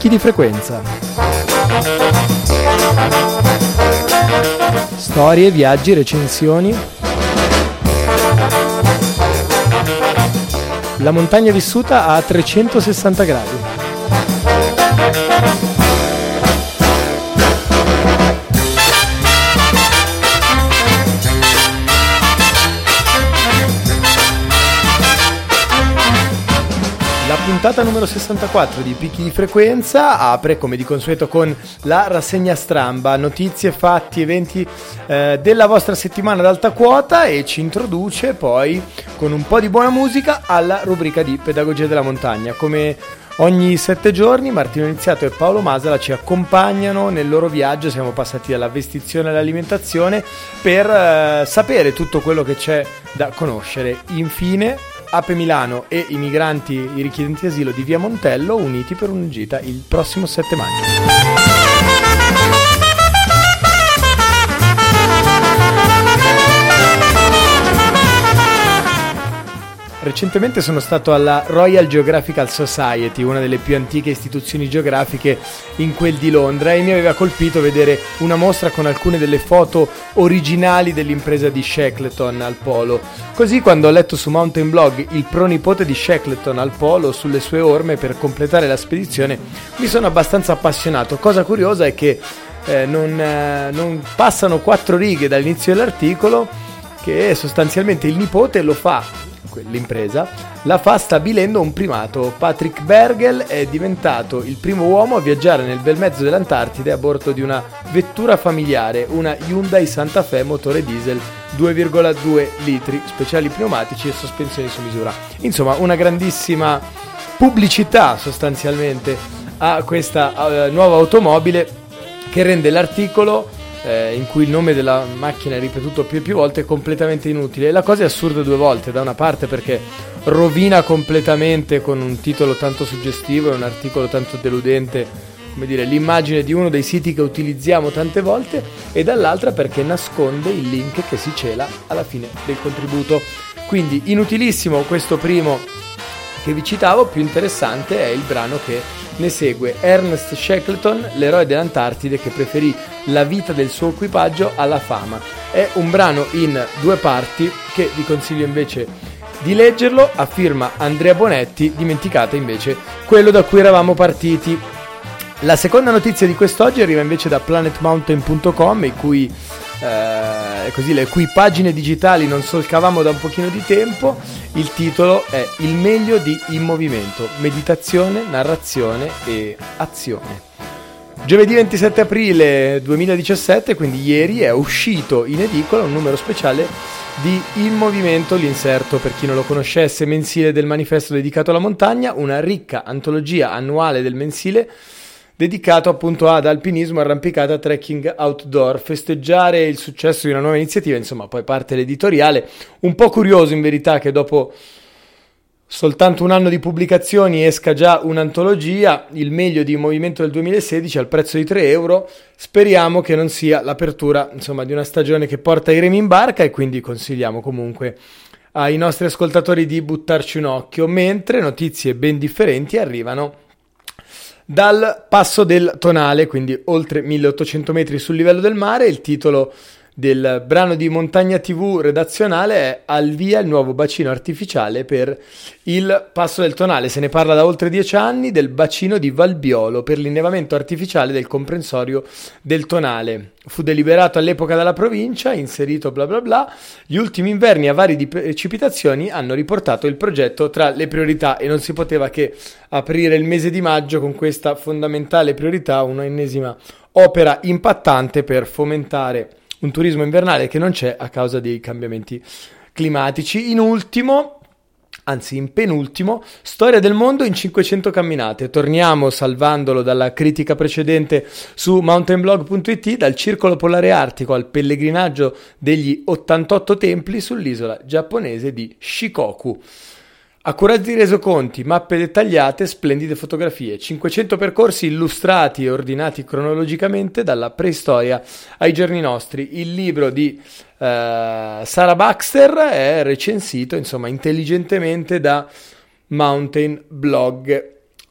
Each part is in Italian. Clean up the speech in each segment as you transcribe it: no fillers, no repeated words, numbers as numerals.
Picchi di frequenza. Storie, viaggi, recensioni. La montagna vissuta a 360 gradi. La puntata numero 64 di Picchi di frequenza apre come di consueto con la rassegna stramba, notizie, fatti, eventi della vostra settimana d'alta quota, e ci introduce poi con un po' di buona musica alla rubrica di Pedagogia della Montagna. Come ogni 7 giorni Martino Iniziato e Paolo Masala ci accompagnano nel loro viaggio. Siamo passati dalla vestizione all'alimentazione per sapere tutto quello che c'è da conoscere. Infine Ape Milano e i migranti, i richiedenti asilo di Via Montello uniti per una gita il prossimo 7 maggio. Recentemente sono stato alla Royal Geographical Society, una delle più antiche istituzioni geografiche in quel di Londra, e mi aveva colpito vedere una mostra con alcune delle foto originali dell'impresa di Shackleton al polo. Così, quando ho letto su Mountain Blog il pronipote di Shackleton al polo sulle sue orme per completare la spedizione, mi sono abbastanza appassionato. Cosa curiosa è che non passano 4 righe dall'inizio dell'articolo che sostanzialmente il nipote lo fa. L'impresa la fa stabilendo un primato. Patrick Bergel è diventato il primo uomo a viaggiare nel bel mezzo dell'Antartide a bordo di una vettura familiare, una Hyundai Santa Fe motore diesel 2,2 litri, speciali pneumatici e sospensioni su misura. Insomma, una grandissima pubblicità sostanzialmente a questa nuova automobile, che rende l'articolo in cui il nome della macchina è ripetuto più e più volte completamente inutile. La cosa è assurda 2 volte: da una parte perché rovina completamente con un titolo tanto suggestivo e un articolo tanto deludente, come dire, l'immagine di uno dei siti che utilizziamo tante volte, e dall'altra perché nasconde il link che si cela alla fine del contributo. Quindi inutilissimo questo primo che vi citavo. Più interessante è il brano che ne segue: Ernest Shackleton, l'eroe dell'Antartide che preferì la vita del suo equipaggio alla fama. È un brano in 2 parti che vi consiglio invece di leggerlo, a firma Andrea Bonetti, dimenticato invece quello da cui eravamo partiti. La seconda notizia di quest'oggi arriva invece da planetmountain.com, le cui pagine digitali non solcavamo da un pochino di tempo. Il titolo è Il meglio di In Movimento: meditazione, narrazione e azione. Giovedì 27 aprile 2017, quindi ieri, è uscito in edicola un numero speciale di In Movimento, l'inserto, per chi non lo conoscesse, mensile del manifesto dedicato alla montagna, una ricca antologia annuale del mensile dedicato appunto ad alpinismo, arrampicata, trekking outdoor. Festeggiare il successo di una nuova iniziativa, insomma, poi parte l'editoriale. Un po' curioso in verità che dopo soltanto un anno di pubblicazioni esca già un'antologia, il meglio di Movimento del 2016, al prezzo di 3 euro. Speriamo che non sia l'apertura, insomma, di una stagione che porta i remi in barca, e quindi consigliamo comunque ai nostri ascoltatori di buttarci un occhio, mentre notizie ben differenti arrivano dal Passo del Tonale, quindi oltre 1800 metri sul livello del mare. Il titolo del brano di Montagna TV redazionale è Al via il nuovo bacino artificiale per il Passo del Tonale. Se ne parla da oltre 10 anni del bacino di Valbiolo per l'innevamento artificiale del comprensorio del Tonale. Fu deliberato all'epoca dalla provincia, inserito bla bla bla. Gli ultimi inverni avari di precipitazioni hanno riportato il progetto tra le priorità, e non si poteva che aprire il mese di maggio con questa fondamentale priorità, una ennesima opera impattante per fomentare un turismo invernale che non c'è a causa dei cambiamenti climatici. In penultimo, storia del mondo in 500 camminate. Torniamo, salvandolo dalla critica precedente su mountainblog.it, dal circolo polare artico al pellegrinaggio degli 88 templi sull'isola giapponese di Shikoku. Accurati resoconti, mappe dettagliate, splendide fotografie, 500 percorsi illustrati e ordinati cronologicamente dalla preistoria ai giorni nostri. Il libro di Sarah Baxter è recensito, insomma, intelligentemente da Mountain Blog.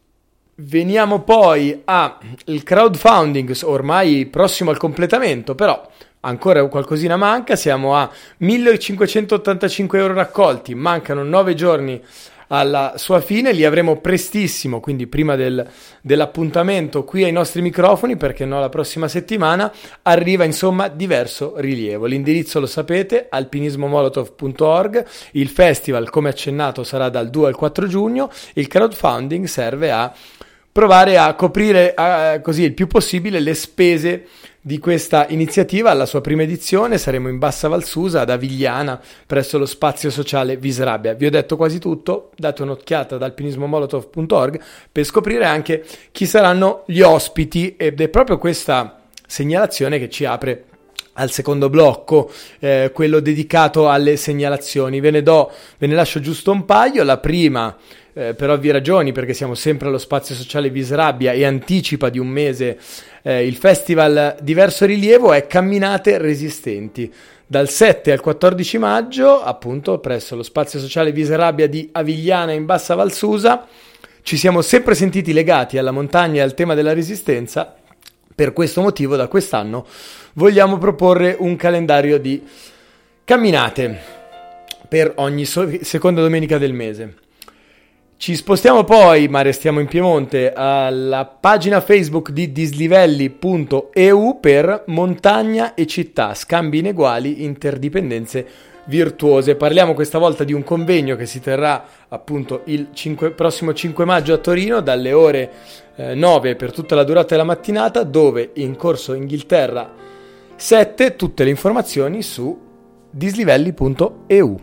Veniamo poi al crowdfunding, ormai prossimo al completamento, però ancora qualcosina manca, siamo a 1.585 euro raccolti, mancano 9 giorni alla sua fine, li avremo prestissimo, quindi prima dell'appuntamento qui ai nostri microfoni, perché no, la prossima settimana arriva insomma diverso rilievo. L'indirizzo lo sapete, alpinismomolotov.org, il festival come accennato sarà dal 2 al 4 giugno, il crowdfunding serve a provare a coprire così il più possibile le spese di questa iniziativa. Alla sua prima edizione saremo in Bassa Valsusa, ad Avigliana, presso lo spazio sociale Visrabbia. Vi ho detto quasi tutto, date un'occhiata ad alpinismomolotov.org per scoprire anche chi saranno gli ospiti, ed è proprio questa segnalazione che ci apre al secondo blocco, quello dedicato alle segnalazioni. Ve ne lascio giusto un paio. La prima, per ovvie ragioni, perché siamo sempre allo spazio sociale Visrabbia e anticipa di un mese il festival Diverso Rilievo, è Camminate Resistenti. Dal 7 al 14 maggio, appunto, presso lo spazio sociale Visrabbia di Avigliana in Bassa Valsusa, ci siamo sempre sentiti legati alla montagna e al tema della resistenza. Per questo motivo, da quest'anno vogliamo proporre un calendario di camminate per ogni seconda domenica del mese. Ci spostiamo poi, ma restiamo in Piemonte, alla pagina Facebook di dislivelli.eu per montagna e città, scambi ineguali, interdipendenze virtuose. Parliamo questa volta di un convegno che si terrà appunto il prossimo 5 maggio a Torino dalle ore 9 per tutta la durata della mattinata, dove in corso Inghilterra 7, tutte le informazioni su dislivelli.eu.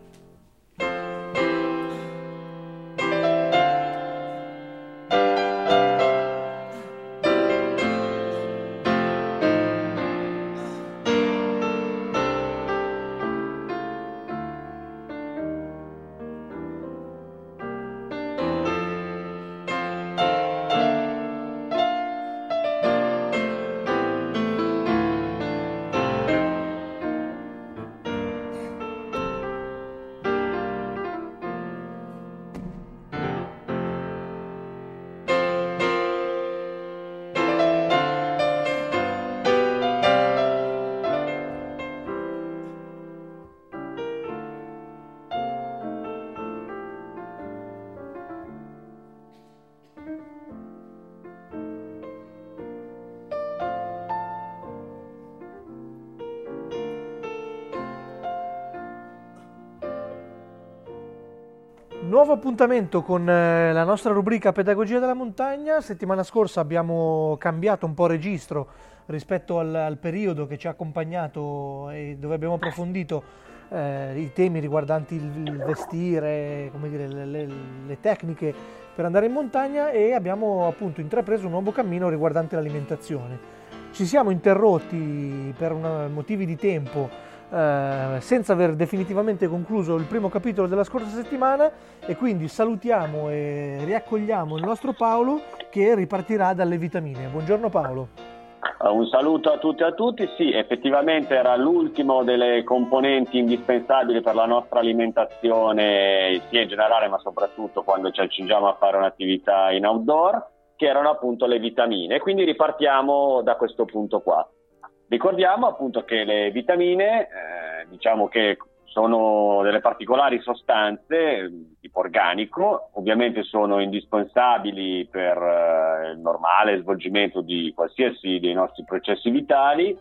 Nuovo appuntamento con la nostra rubrica Pedagogia della montagna. Settimana scorsa abbiamo cambiato un po' registro rispetto al periodo che ci ha accompagnato e dove abbiamo approfondito i temi riguardanti il vestire, come dire, le tecniche per andare in montagna, e abbiamo appunto intrapreso un nuovo cammino riguardante l'alimentazione. Ci siamo interrotti per motivi di tempo senza aver definitivamente concluso il primo capitolo della scorsa settimana, e quindi salutiamo e riaccogliamo il nostro Paolo, che ripartirà dalle vitamine. Buongiorno Paolo. Un saluto a tutti e a tutti. Sì, effettivamente era l'ultimo delle componenti indispensabili per la nostra alimentazione, sia in generale ma soprattutto quando ci accingiamo a fare un'attività in outdoor, che erano appunto le vitamine. Quindi ripartiamo da questo punto qua. Ricordiamo appunto che le vitamine, diciamo che sono delle particolari sostanze tipo organico, ovviamente sono indispensabili per il normale svolgimento di qualsiasi dei nostri processi vitali,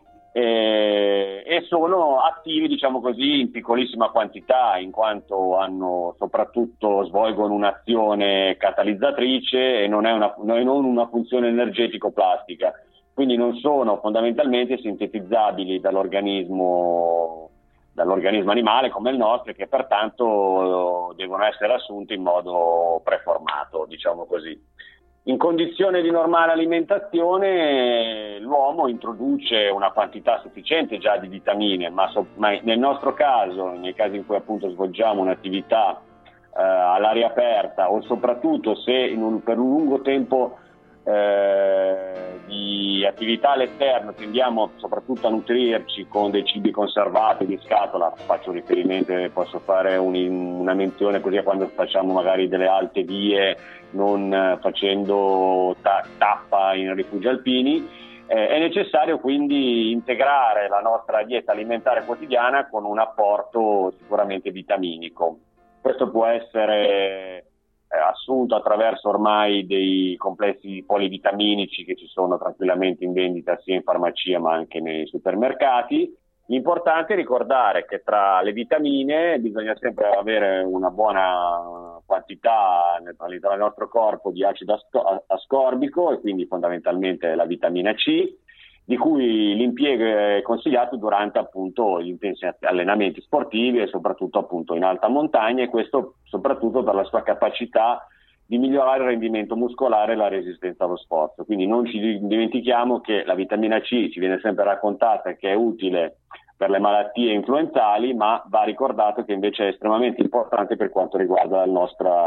e sono attivi, diciamo così, in piccolissima quantità, in quanto svolgono un'azione catalizzatrice e non una funzione energetico-plastica. Quindi non sono fondamentalmente sintetizzabili dall'organismo animale come il nostro, e che pertanto devono essere assunti in modo preformato, diciamo così. In condizione di normale alimentazione l'uomo introduce una quantità sufficiente già di vitamine, ma nel nostro caso, nei casi in cui appunto svolgiamo un'attività all'aria aperta, o soprattutto se per un lungo tempo di attività all'esterno tendiamo soprattutto a nutrirci con dei cibi conservati di scatola. Faccio riferimento, posso fare una menzione così a quando facciamo magari delle alte vie, non facendo tappa in rifugi alpini. È necessario quindi integrare la nostra dieta alimentare quotidiana con un apporto sicuramente vitaminico. Questo può essere assunto attraverso ormai dei complessi polivitaminici che ci sono tranquillamente in vendita sia in farmacia ma anche nei supermercati. L'importante è ricordare che tra le vitamine bisogna sempre avere una buona quantità all'interno del nostro corpo di acido ascorbico, e quindi fondamentalmente la vitamina C, di cui l'impiego è consigliato durante appunto gli intensi allenamenti sportivi e soprattutto appunto in alta montagna, e questo soprattutto per la sua capacità di migliorare il rendimento muscolare e la resistenza allo sforzo. Quindi non ci dimentichiamo che la vitamina C ci viene sempre raccontata che è utile per le malattie influenzali, ma va ricordato che invece è estremamente importante per quanto riguarda il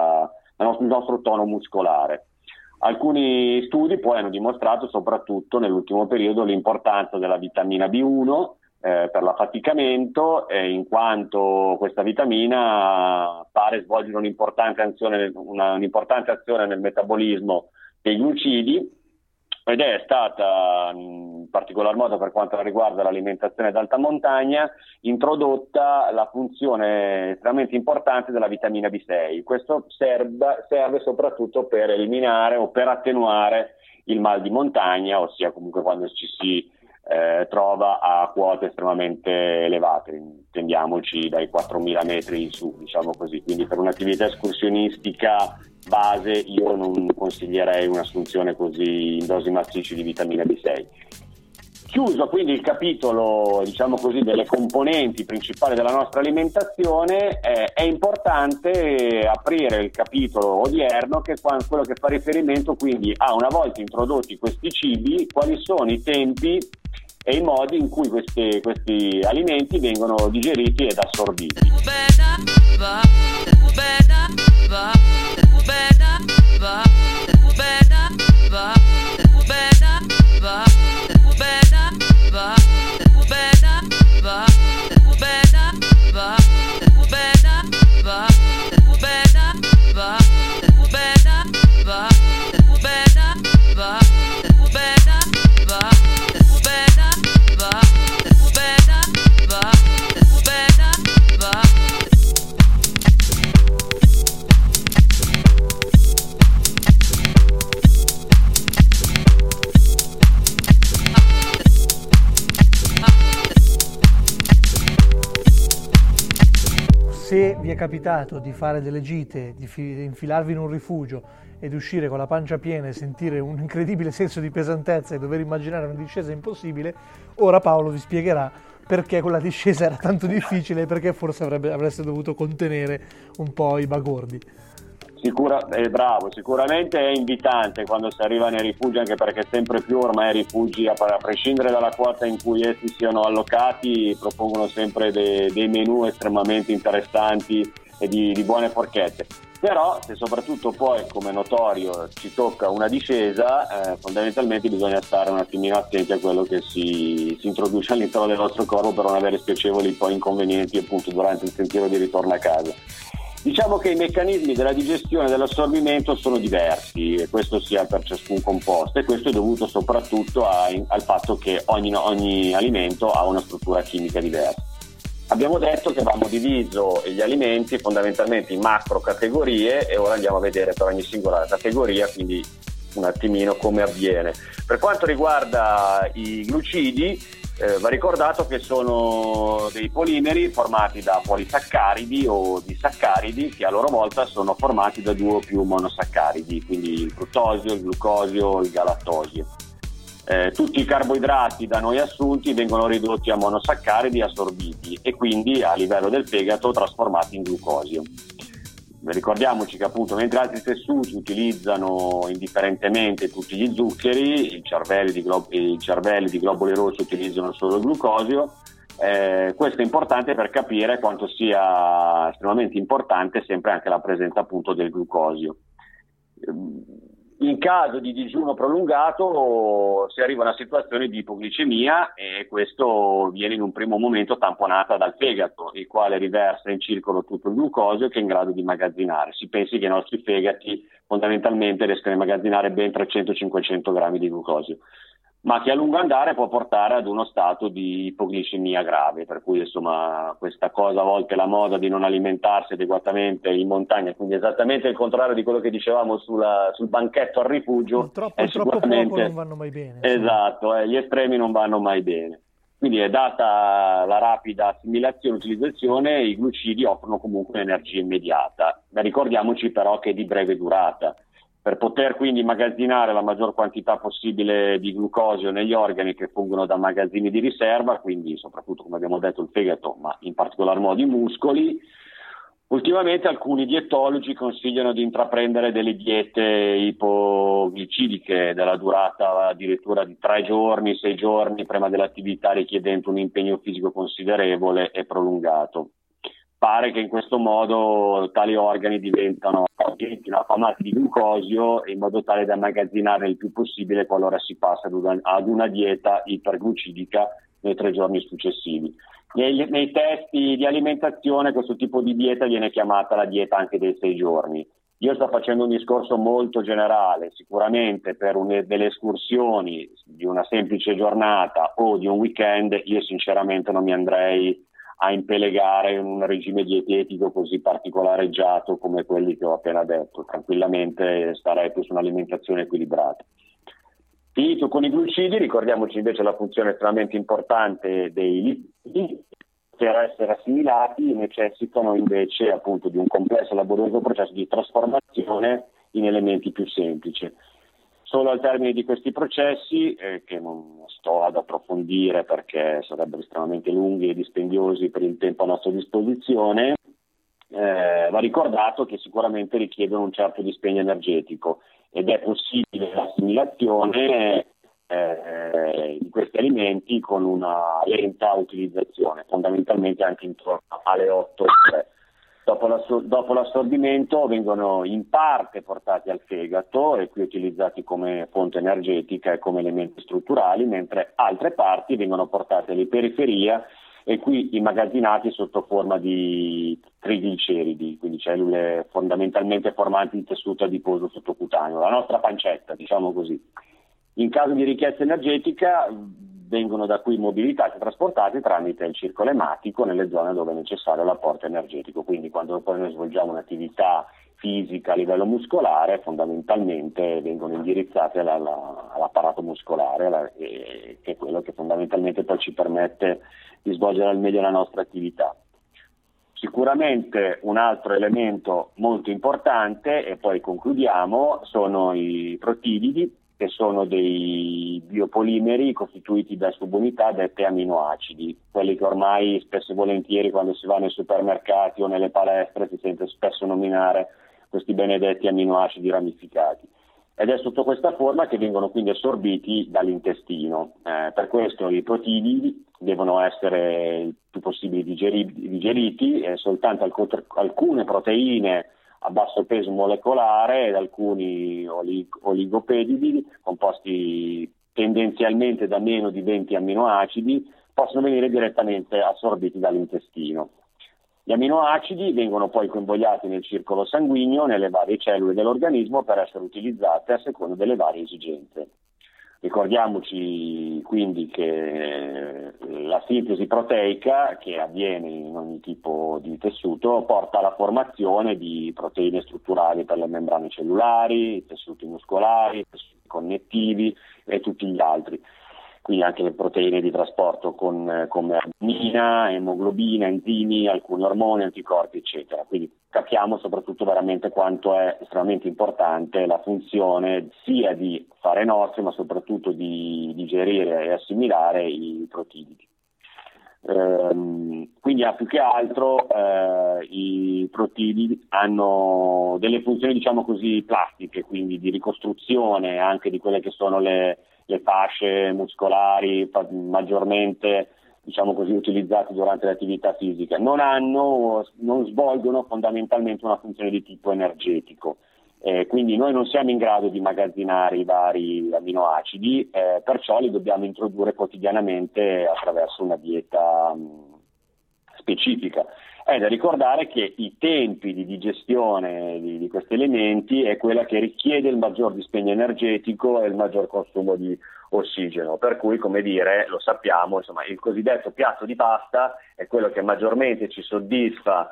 nostro tono muscolare. Alcuni studi poi hanno dimostrato, soprattutto nell'ultimo periodo, l'importanza della vitamina B1 per l'affaticamento, in quanto questa vitamina pare svolgere un'importante azione nel metabolismo dei glucidi, ed è stata, in particolar modo per quanto riguarda l'alimentazione d'alta montagna, introdotta la funzione estremamente importante della vitamina B6. Questo serve soprattutto per eliminare o per attenuare il mal di montagna, ossia comunque quando ci si trova a quote estremamente elevate, intendiamoci dai 4.000 metri in su, diciamo così. Quindi per un'attività escursionistica base io non consiglierei un'assunzione così in dosi massicce di vitamina B6. Chiuso quindi il capitolo, diciamo così, delle componenti principali della nostra alimentazione, è importante aprire il capitolo odierno, che è quello che fa riferimento quindi a, una volta introdotti questi cibi, quali sono i tempi e i modi in cui questi alimenti vengono digeriti ed assorbiti. Se vi è capitato di fare delle gite, di infilarvi in un rifugio ed uscire con la pancia piena e sentire un incredibile senso di pesantezza e dover immaginare una discesa impossibile, ora Paolo vi spiegherà perché quella discesa era tanto difficile e perché forse avreste dovuto contenere un po' i bagordi. Bravo, sicuramente è invitante quando si arriva nei rifugi, anche perché sempre più ormai i rifugi, a prescindere dalla quota in cui essi siano allocati, propongono sempre dei menù estremamente interessanti e di buone forchette. Però se soprattutto poi, come notorio, ci tocca una discesa, fondamentalmente bisogna stare un attimino attenti a quello che si introduce all'interno del nostro corpo per non avere spiacevoli poi inconvenienti appunto durante il sentiero di ritorno a casa. Diciamo che i meccanismi della digestione e dell'assorbimento sono diversi, e questo sia per ciascun composto, e questo è dovuto soprattutto al fatto che ogni alimento ha una struttura chimica diversa. Abbiamo detto che avevamo diviso gli alimenti fondamentalmente in macro categorie, e ora andiamo a vedere per ogni singola categoria quindi un attimino come avviene. Per quanto riguarda i glucidi, va ricordato che sono dei polimeri formati da polisaccaridi o disaccaridi, che a loro volta sono formati da 2 o più monosaccaridi, quindi il fruttosio, il glucosio, il galattosio. Tutti i carboidrati da noi assunti vengono ridotti a monosaccaridi assorbiti e quindi a livello del fegato trasformati in glucosio. Ricordiamoci che appunto mentre altri tessuti utilizzano indifferentemente tutti gli zuccheri, i cervelli di globuli rossi utilizzano solo il glucosio. Questo è importante per capire quanto sia estremamente importante sempre anche la presenza appunto del glucosio. In caso di digiuno prolungato si arriva a una situazione di ipoglicemia e questo viene in un primo momento tamponata dal fegato, il quale riversa in circolo tutto il glucosio che è in grado di immagazzinare. Si pensi che i nostri fegati fondamentalmente riescono a immagazzinare ben 300-500 grammi di glucosio, ma che a lungo andare può portare ad uno stato di ipoglicemia grave, per cui insomma questa cosa, a volte la moda di non alimentarsi adeguatamente in montagna, quindi esattamente il contrario di quello che dicevamo sul banchetto al rifugio, troppo poco non vanno mai bene. Esatto, gli estremi non vanno mai bene. Quindi è data la rapida assimilazione e utilizzazione, i glucidi offrono comunque un'energia immediata, ma ricordiamoci però che è di breve durata. Per poter quindi immagazzinare la maggior quantità possibile di glucosio negli organi che fungono da magazzini di riserva, quindi soprattutto, come abbiamo detto, il fegato, ma in particolar modo i muscoli, ultimamente alcuni dietologi consigliano di intraprendere delle diete ipoglicemiche della durata addirittura di 3 giorni, 6 giorni prima dell'attività, richiedendo un impegno fisico considerevole e prolungato. Pare che in questo modo tali organi diventino affamati di glucosio in modo tale da immagazzinare il più possibile qualora si passa ad una dieta iperglucidica nei 3 giorni successivi. Nei testi di alimentazione questo tipo di dieta viene chiamata la dieta anche dei 6 giorni. Io sto facendo un discorso molto generale, sicuramente per delle escursioni di una semplice giornata o di un weekend io sinceramente non mi andrei a impelegare in un regime dietetico così particolareggiato come quelli che ho appena detto. Tranquillamente starei più su un'alimentazione equilibrata. Finito con i glucidi, ricordiamoci invece la funzione estremamente importante dei lipidi. Per essere assimilati necessitano invece appunto di un complesso e laborioso processo di trasformazione in elementi più semplici. Solo al termine di questi processi, che non sto ad approfondire perché sarebbero estremamente lunghi e dispendiosi per il tempo a nostra disposizione, va ricordato che sicuramente richiedono un certo dispendio energetico ed è possibile l'assimilazione di questi alimenti con una lenta utilizzazione, fondamentalmente anche intorno alle 8 ore. Dopo l'assorbimento vengono in parte portati al fegato e qui utilizzati come fonte energetica e come elementi strutturali, mentre altre parti vengono portate alle periferie e qui immagazzinati sotto forma di trigliceridi, quindi cellule fondamentalmente formanti il tessuto adiposo sottocutaneo, la nostra pancetta, diciamo così. In caso di richiesta energetica vengono da qui mobilitati e trasportati tramite il circolo ematico nelle zone dove è necessario l'apporto energetico. Quindi quando poi noi svolgiamo un'attività fisica a livello muscolare, fondamentalmente vengono indirizzati all'apparato muscolare, che è quello che fondamentalmente poi ci permette di svolgere al meglio la nostra attività. Sicuramente un altro elemento molto importante, e poi concludiamo, sono i protididi, che sono dei biopolimeri costituiti da subunità dette aminoacidi, quelli che ormai spesso e volentieri quando si va nei supermercati o nelle palestre si sente spesso nominare questi benedetti aminoacidi ramificati. Ed è sotto questa forma che vengono quindi assorbiti dall'intestino. Per questo i protididi devono essere il più possibile digeriti e soltanto alcune proteine a basso peso molecolare ed alcuni oligopeptidi composti tendenzialmente da meno di 20 amminoacidi possono venire direttamente assorbiti dall'intestino. Gli amminoacidi vengono poi convogliati nel circolo sanguigno nelle varie cellule dell'organismo per essere utilizzate a seconda delle varie esigenze. Ricordiamoci quindi che la sintesi proteica che avviene in ogni tipo di tessuto porta alla formazione di proteine strutturali per le membrane cellulari, i tessuti muscolari, i tessuti connettivi e tutti gli altri. Quindi anche le proteine di trasporto come albumina, emoglobina, enzimi, alcuni ormoni, anticorpi, eccetera. Quindi capiamo soprattutto veramente quanto è estremamente importante la funzione sia di fare nostri, ma soprattutto di digerire e assimilare i protididi. Quindi più che altro i protididi hanno delle funzioni, diciamo così, plastiche, quindi di ricostruzione anche di quelle che sono le fasce muscolari maggiormente, diciamo così, utilizzate durante l'attività fisica. Non svolgono fondamentalmente una funzione di tipo energetico. Quindi noi non siamo in grado di immagazzinare i vari aminoacidi, perciò li dobbiamo introdurre quotidianamente attraverso una dieta specifica. È da ricordare che i tempi di digestione di questi elementi è quella che richiede il maggior dispendio energetico e il maggior consumo di ossigeno, per cui, come dire, lo sappiamo, insomma, il cosiddetto piatto di pasta è quello che maggiormente ci soddisfa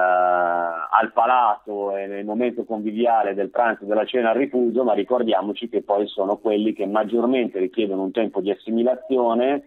al palato e nel momento conviviale del pranzo e della cena al rifugio, ma ricordiamoci che poi sono quelli che maggiormente richiedono un tempo di assimilazione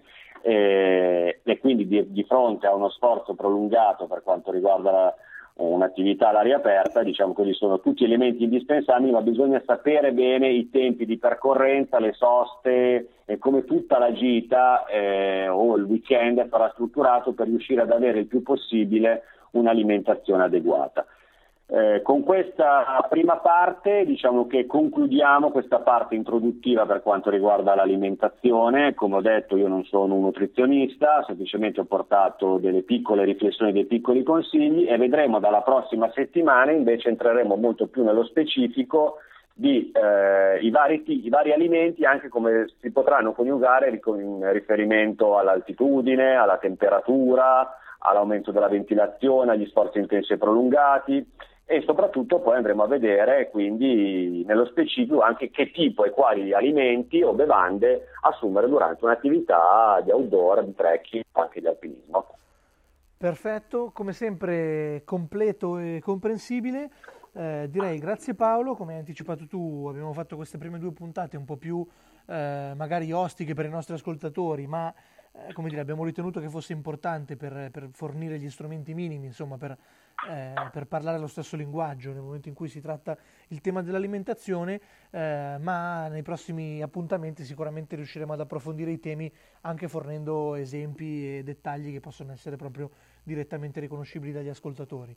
e quindi di fronte a uno sforzo prolungato per quanto riguarda un'attività all'aria aperta, diciamo così, sono tutti elementi indispensabili, ma bisogna sapere bene i tempi di percorrenza, le soste e come tutta la gita o il weekend sarà strutturato per riuscire ad avere il più possibile un'alimentazione adeguata. Con questa prima parte diciamo che concludiamo questa parte introduttiva per quanto riguarda l'alimentazione. Come ho detto, io non sono un nutrizionista, semplicemente ho portato delle piccole riflessioni, dei piccoli consigli, e vedremo dalla prossima settimana invece entreremo molto più nello specifico di i vari alimenti, anche come si potranno coniugare in riferimento all'altitudine, alla temperatura, all'aumento della ventilazione, agli sforzi intensi e prolungati, e soprattutto poi andremo a vedere quindi nello specifico anche che tipo e quali alimenti o bevande assumere durante un'attività di outdoor, di trekking o anche di alpinismo. Perfetto, come sempre completo e comprensibile. Direi grazie Paolo, come hai anticipato tu abbiamo fatto queste prime 2 puntate un po' più magari ostiche per i nostri ascoltatori, ma come dire, abbiamo ritenuto che fosse importante per fornire gli strumenti minimi, insomma, per parlare lo stesso linguaggio nel momento in cui si tratta il tema dell'alimentazione, ma nei prossimi appuntamenti sicuramente riusciremo ad approfondire i temi anche fornendo esempi e dettagli che possono essere proprio direttamente riconoscibili dagli ascoltatori.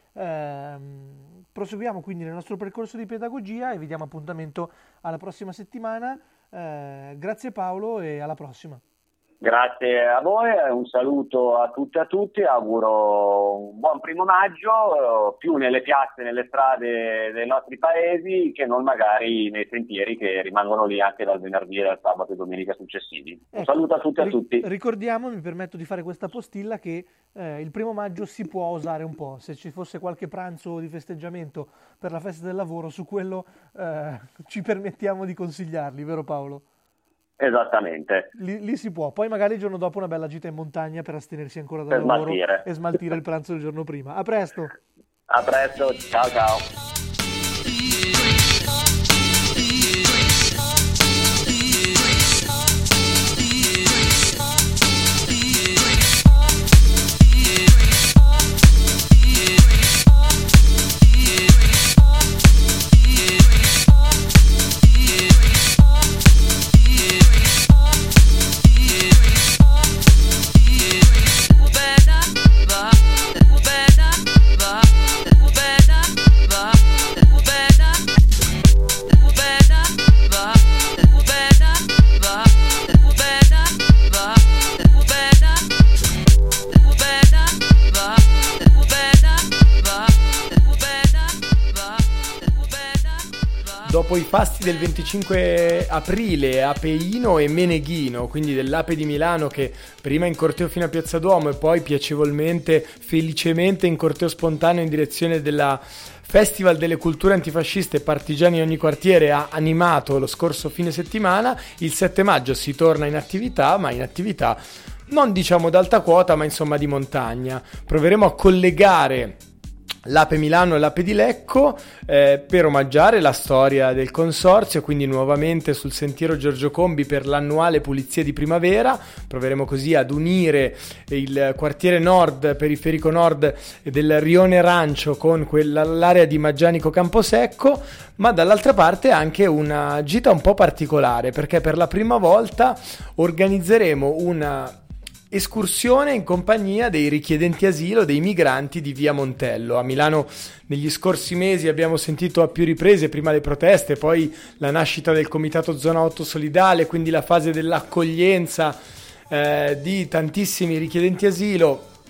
Proseguiamo quindi nel nostro percorso di pedagogia e vi diamo appuntamento alla prossima settimana. Grazie Paolo e alla prossima. Grazie a voi, un saluto a tutte e a tutti, auguro un buon 1° maggio, più nelle piazze, nelle strade dei nostri paesi che non magari nei sentieri che rimangono lì anche dal venerdì, dal sabato e domenica successivi. Un saluto a tutti e a tutti. Ricordiamo, mi permetto di fare questa postilla, che il 1° maggio si può osare un po', se ci fosse qualche pranzo di festeggiamento per la festa del lavoro, su quello ci permettiamo di consigliarli, vero Paolo? Esattamente. Lì si può, poi magari il giorno dopo una bella gita in montagna per astenersi ancora dal lavoro e smaltire il pranzo del giorno prima. A presto! A presto, ciao ciao! Dopo i fasti del 25 aprile a Peino e Meneghino, quindi dell'Ape di Milano, che prima in corteo fino a Piazza Duomo e poi piacevolmente, felicemente in corteo spontaneo in direzione della Festival delle Culture Antifasciste Partigiani in ogni quartiere, ha animato lo scorso fine settimana, il 7 maggio si torna in attività, ma in attività non diciamo d'alta quota, ma insomma di montagna. Proveremo a collegare l'Ape Milano e l'Ape di Lecco per omaggiare la storia del consorzio, quindi nuovamente sul sentiero Giorgio Combi per l'annuale pulizia di primavera. Proveremo così ad unire il quartiere nord, periferico nord del Rione Rancio con l'area di Maggianico Camposecco, ma dall'altra parte anche una gita un po' particolare, perché per la prima volta organizzeremo una escursione in compagnia dei richiedenti asilo, dei migranti di Via Montello. A Milano negli scorsi mesi abbiamo sentito a più riprese, prima le proteste, poi la nascita del Comitato Zona 8 Solidale, quindi la fase dell'accoglienza di tantissimi richiedenti asilo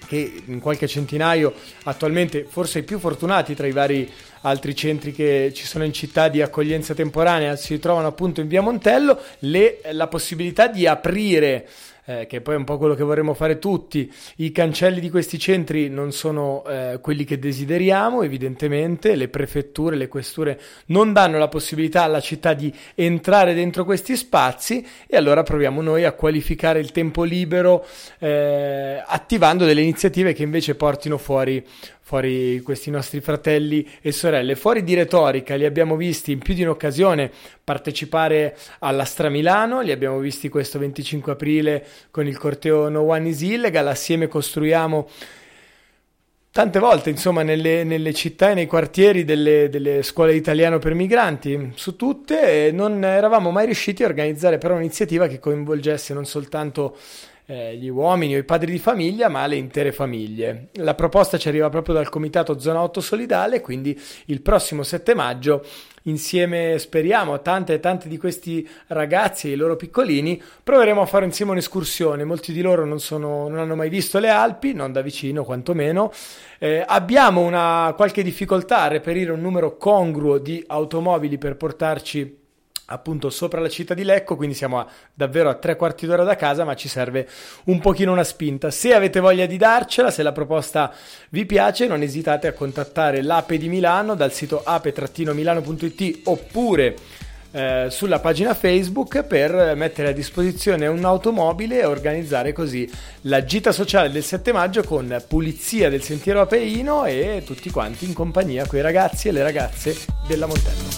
che in qualche centinaio, attualmente forse i più fortunati tra i vari altri centri che ci sono in città di accoglienza temporanea, si trovano appunto in via Montello, la possibilità di aprire, che poi è un po' quello che vorremmo fare tutti. I cancelli di questi centri non sono quelli che desideriamo, evidentemente le prefetture, le questure non danno la possibilità alla città di entrare dentro questi spazi, e allora proviamo noi a qualificare il tempo libero attivando delle iniziative che invece portino fuori questi nostri fratelli e sorelle. Fuori di retorica, li abbiamo visti in più di un'occasione partecipare alla Stramilano, li abbiamo visti questo 25 aprile con il corteo No One is Illegal. Assieme costruiamo tante volte, insomma, nelle città e nei quartieri delle scuole di italiano per migranti, su tutte, e non eravamo mai riusciti a organizzare però un'iniziativa che coinvolgesse non soltanto gli uomini o i padri di famiglia, ma le intere famiglie. La proposta ci arriva proprio dal comitato Zona 8 Solidale, quindi il prossimo 7 maggio insieme, speriamo, tante e tante di questi ragazzi e i loro piccolini, proveremo a fare insieme un'escursione. Molti di loro non hanno mai visto le Alpi, non da vicino quantomeno. Abbiamo qualche difficoltà a reperire un numero congruo di automobili per portarci appunto sopra la città di Lecco, quindi siamo davvero a 3/4 d'ora da casa, ma ci serve un pochino una spinta. Se avete voglia di darcela, se la proposta vi piace, non esitate a contattare l'Ape di Milano dal sito ape-milano.it oppure sulla pagina Facebook per mettere a disposizione un'automobile e organizzare così la gita sociale del 7 maggio con pulizia del sentiero apeino e tutti quanti in compagnia coi ragazzi e le ragazze della Montella.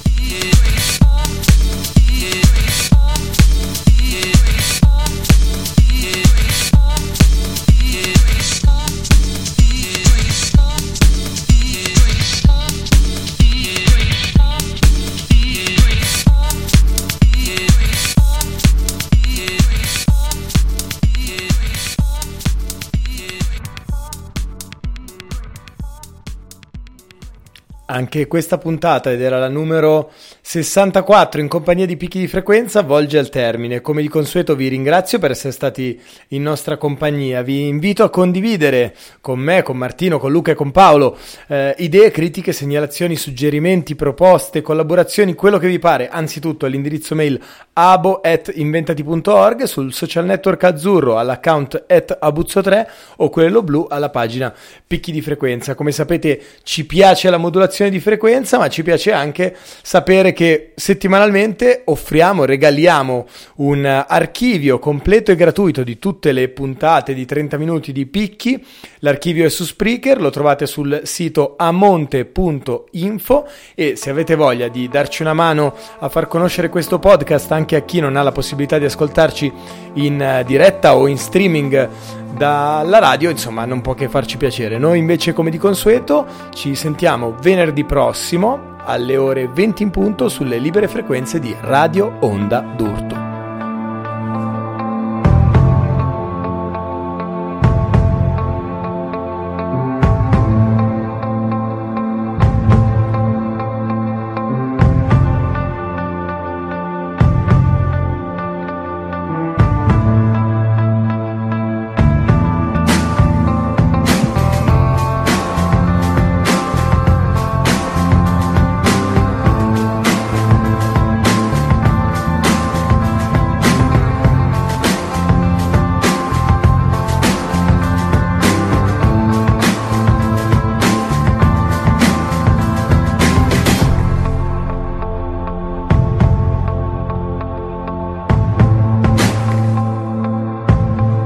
Anche questa puntata, ed era la numero 64 in compagnia di Picchi di Frequenza, volge al termine. Come di consueto vi ringrazio per essere stati in nostra compagnia. Vi invito a condividere con me, con Martino, con Luca e con Paolo idee, critiche, segnalazioni, suggerimenti, proposte, collaborazioni, quello che vi pare. Anzitutto all'indirizzo mail abo@inventati.org, sul social network azzurro all'account @abuzzo3 o quello blu alla pagina Picchi di Frequenza. Come sapete ci piace la modulazione di frequenza, ma ci piace anche sapere che settimanalmente regaliamo un archivio completo e gratuito di tutte le puntate di 30 minuti di Picchi. L'archivio è su Spreaker, lo trovate sul sito amonte.info, e se avete voglia di darci una mano a far conoscere questo podcast anche a chi non ha la possibilità di ascoltarci in diretta o in streaming dalla radio, insomma, non può che farci piacere. Noi invece, come di consueto, ci sentiamo venerdì prossimo alle ore 20 in punto sulle libere frequenze di Radio Onda d'Urto.